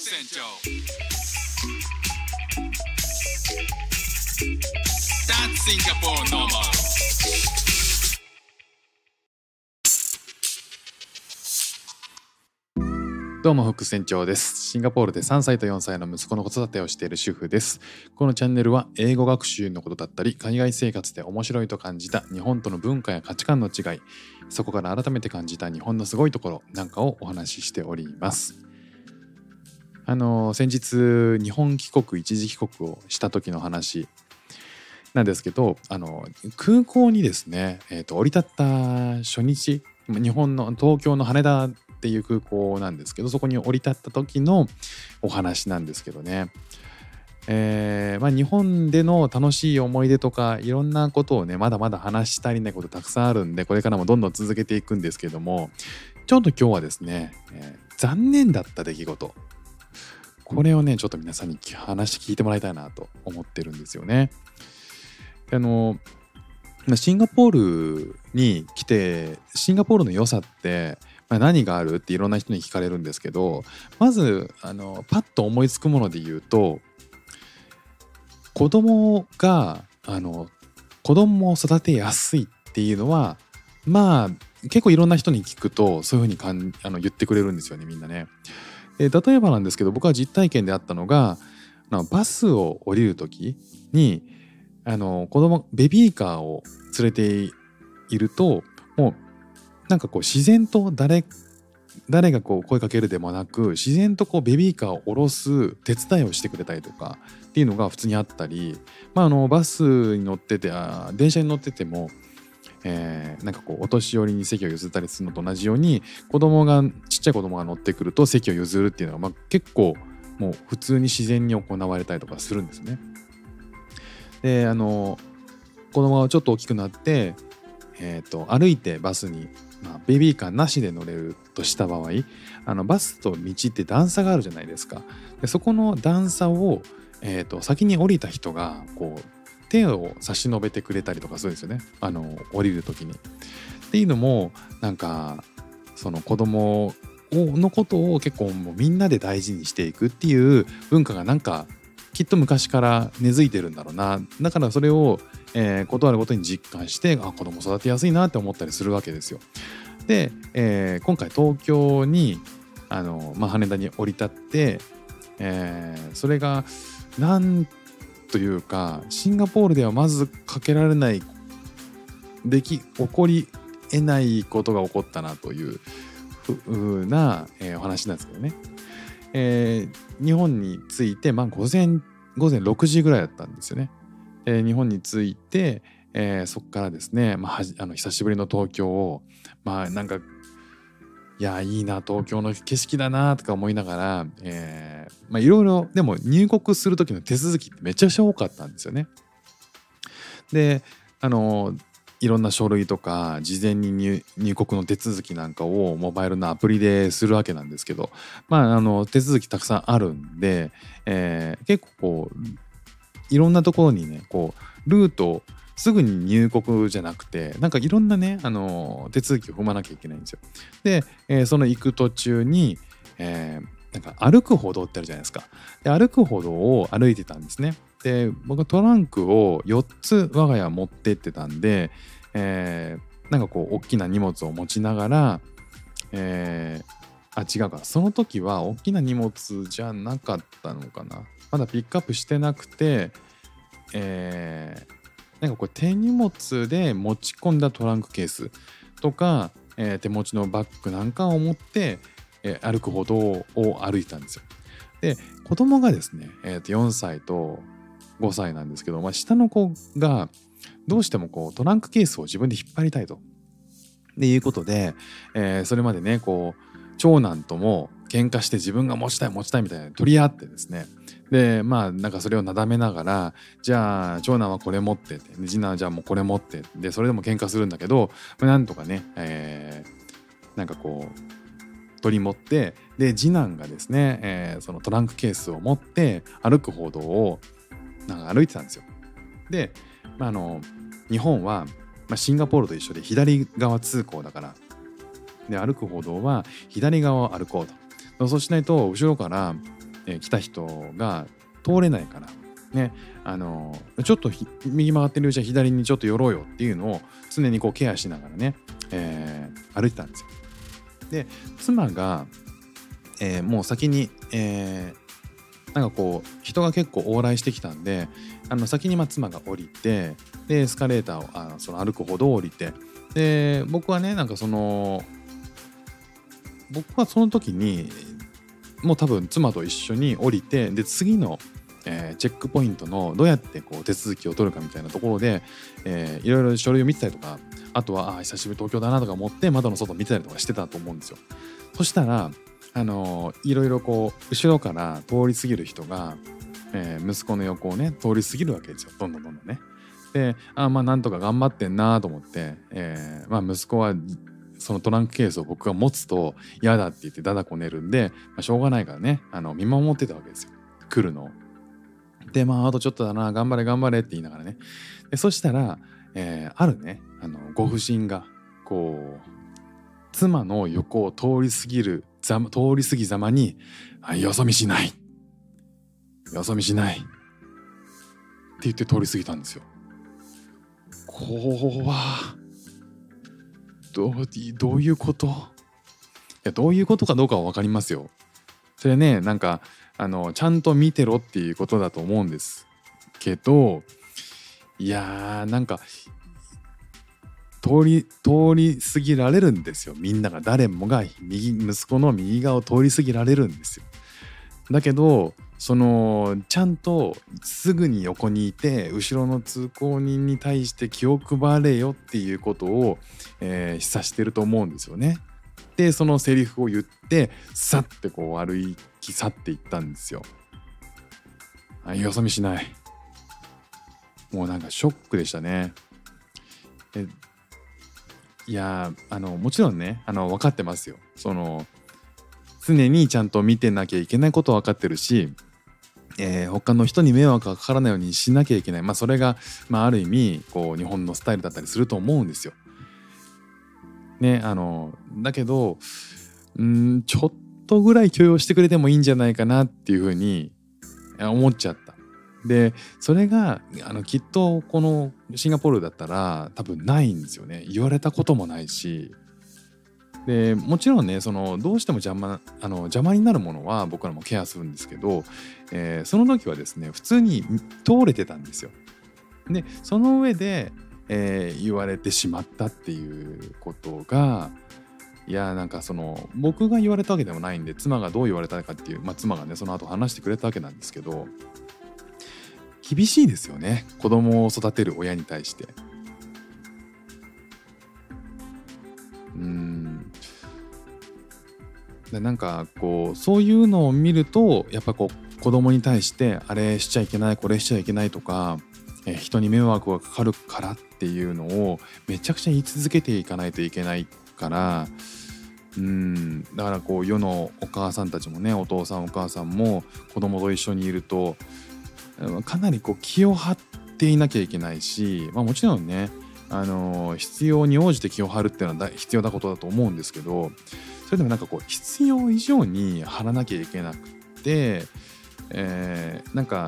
船長 That's Singapore normal。 どうも副船長です。シンガポールで3歳と4歳の息子の子育てをしている主婦です。このチャンネルは英語学習のことだったり、海外生活で面白いと感じた日本との文化や価値観の違い、そこから改めて感じた日本のすごいところなんかをお話ししております。先日日本帰国一時帰国をした時の話なんですけど、空港にですね、降り立った初日、日本の東京の羽田っていう空港なんですけど、そこに降り立った時のお話なんですけどね、日本での楽しい思い出とかいろんなことをね、まだまだ話し足りないことたくさんあるんで、これからもどんどん続けていくんですけども、ちょっと今日はですね、残念だった出来事、これをねちょっと皆さんに話聞いてもらいたいなと思ってるんですよね。シンガポールに来て、シンガポールの良さって何があるっていろんな人に聞かれるんですけど、まずパッと思いつくもので言うと、子供を育てやすいっていうのは、結構いろんな人に聞くとそういうふうに言ってくれるんですよね、みんなね。例えばなんですけど、僕は実体験であったのが、バスを降りる時にベビーカーを連れていると、もうなんかこう自然と誰がこう声かけるでもなく、自然とこうベビーカーを下ろす手伝いをしてくれたりとかっていうのが普通にあったり、バスに乗ってて電車に乗ってても、なんかこうお年寄りに席を譲ったりするのと同じように、ちっちゃい子供が乗ってくると席を譲るっていうのが、結構もう普通に自然に行われたりとかするんですね。で子供がちょっと大きくなって、歩いてバスに、ベビーカーなしで乗れるとした場合、バスと道って段差があるじゃないですか。でそこの段差を、先に降りた人がこう手を差し伸べてくれたりとかするんですよね、降りる時に。っていうのも、なんかその子供のことを結構もうみんなで大事にしていくっていう文化がなんかきっと昔から根付いてるんだろうな。だからそれを、ことあるごとに実感して、子供育てやすいなって思ったりするわけですよ。で、今回東京に羽田に降り立って、それがなんというか、シンガポールではまずかけられない起こり得ないことが起こったなというふうな、お話なんですけどね。日本に着いて、午前6時ぐらいだったんですよね。日本に着いて、そこからですね、久しぶりの東京をなんか、いやいいな、東京の景色だなとか思いながら、いろいろ、でも入国する時の手続きってめちゃくちゃ多かったんですよね。でいろんな書類とか事前に入国の手続きなんかをモバイルのアプリでするわけなんですけど、手続きたくさんあるんで、結構こういろんなところにね、こうルートすぐに入国じゃなくて、なんかいろんなね、手続きを踏まなきゃいけないんですよ。で、その行く途中に、なんか歩く歩道ってあるじゃないですか。で、歩く歩道を歩いてたんですね。で、僕はトランクを4つ我が家持ってってたんで、なんかこう大きな荷物を持ちながら、違うか、その時は大きな荷物じゃなかったのかな。まだピックアップしてなくて、なんかこう手荷物で持ち込んだトランクケースとか、手持ちのバッグなんかを持って、歩く歩道を歩いてたんですよ。で、子供がですね、4歳と5歳なんですけど、下の子がどうしてもこうトランクケースを自分で引っ張りたいということで、それまでね、こう長男とも喧嘩して自分が持ちたいみたいな取り合ってですね、でなんかそれをなだめながら、じゃあ長男はこれ持ってて、次男はじゃあもうこれ持ってで、それでも喧嘩するんだけど、なんとかね、なんかこう取り持って、で次男がですね、そのトランクケースを持って歩く歩道をなんか歩いてたんですよ。で、日本は、シンガポールと一緒で左側通行だから、で歩く歩道は左側を歩こうと。そうしないと後ろから来た人が通れないからね、ちょっと右曲がってるうちは左にちょっと寄ろうよっていうのを常にこうケアしながらね、歩いてたんですよ。で妻が、もう先に、なんかこう人が結構往来してきたんで、先に妻が降りて、でエスカレーターをその歩く歩道を降りて、で僕はね、なんか僕はその時にもう多分妻と一緒に降りて、で次の、チェックポイントのどうやってこう手続きを取るかみたいなところで、いろいろ書類を見てたりとか、あとは久しぶり東京だなとか思って窓の外見てたりとかしてたと思うんですよ。そしたらいろいろこう後ろから通り過ぎる人が、息子の横をね通り過ぎるわけですよ、どんどんね。でまあなんとか頑張ってんなと思って、息子はそのトランクケースを僕が持つと嫌だって言ってだだこねるんで、しょうがないからね見守ってたわけですよ、来るのを。であとちょっとだな、頑張れ頑張れって言いながらね。でそしたら、あるねご婦人がこう妻の横を通り過ぎざまによそ見しないって言って通り過ぎたんですよ。どういうこと？いや、どういうことかどうかは分かりますよ。それね、なんかちゃんと見てろっていうことだと思うんですけど、いやーなんか通り過ぎられるんですよ。みんなが、誰もが息子の右側を通り過ぎられるんですよ。だけどちゃんとすぐに横にいて後ろの通行人に対して気を配れよっていうことを、示唆してると思うんですよね。でそのセリフを言ってさってこう歩き去っていったんですよ。よそ見しない。もうなんかショックでしたね。いやもちろんね分かってますよ。常にちゃんと見てなきゃいけないことは分かってるし、他の人に迷惑がかからないようにしなきゃいけない。それが、ある意味こう日本のスタイルだったりすると思うんですよ。ね、だけどちょっとぐらい許容してくれてもいいんじゃないかなっていうふうに思っちゃった。でそれがきっとこのシンガポールだったら多分ないんですよね。言われたこともないし。でもちろんねどうしても邪魔になるものは僕らもケアするんですけど、その時はですね普通に通れてたんですよ。でその上で、言われてしまったっていうことが、いやなんか僕が言われたわけでもないんで、妻がどう言われたかっていう、妻がねその後話してくれたわけなんですけど、厳しいですよね、子供を育てる親に対して。でなんかこうそういうのを見るとやっぱこう子供に対してあれしちゃいけないこれしちゃいけないとか、人に迷惑がかかるからっていうのをめちゃくちゃ言い続けていかないといけないから、だからこう世のお母さんたちもね、お父さんお母さんも子供と一緒にいるとかなりこう気を張っていなきゃいけないし、もちろんね必要に応じて気を張るっていうのは必要なことだと思うんですけど、それでもなんかこう必要以上に張らなきゃいけなくて、なんか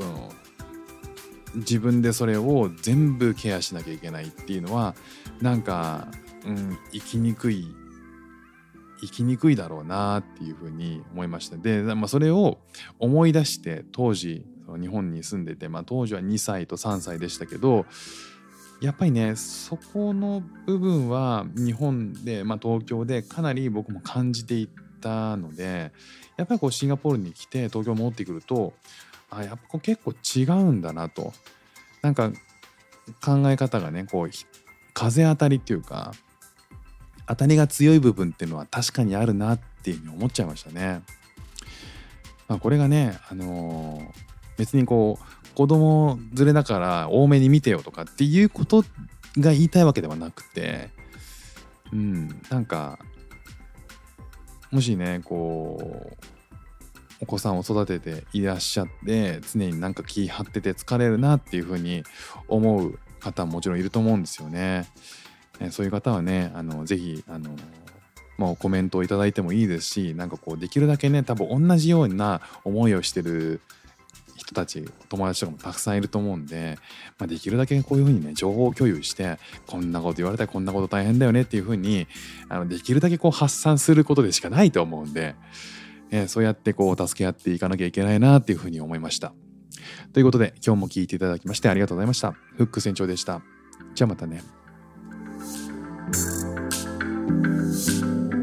自分でそれを全部ケアしなきゃいけないっていうのはなんか、生きにくいだろうなっていうふうに思いました。で、それを思い出して当時日本に住んでて、当時は2歳と3歳でしたけど、やっぱりねそこの部分は日本で、東京でかなり僕も感じていったので、やっぱりこうシンガポールに来て東京戻ってくるとやっぱ結構違うんだなと、なんか考え方がねこう風当たりっていうか当たりが強い部分っていうのは確かにあるなっていうふうに思っちゃいましたね。これがね別にこう子供連れだから多めに見てよとかっていうことが言いたいわけではなくて、なんかもしねこうお子さんを育てていらっしゃって常になんか気張ってて疲れるなっていうふうに思う方ももちろんいると思うんですよね。そういう方はねぜひもうコメントをいただいてもいいですし、なんかこうできるだけね、多分同じような思いをしてる人たち、友達とかもたくさんいると思うんで、できるだけこういうふうにね情報共有して、こんなこと言われたらこんなこと大変だよねっていうふうにできるだけこう発散することでしかないと思うんで、そうやってこう助け合っていかなきゃいけないなっていうふうに思いました。ということで今日も聞いていただきましてありがとうございました。フック船長でした。じゃあまたね。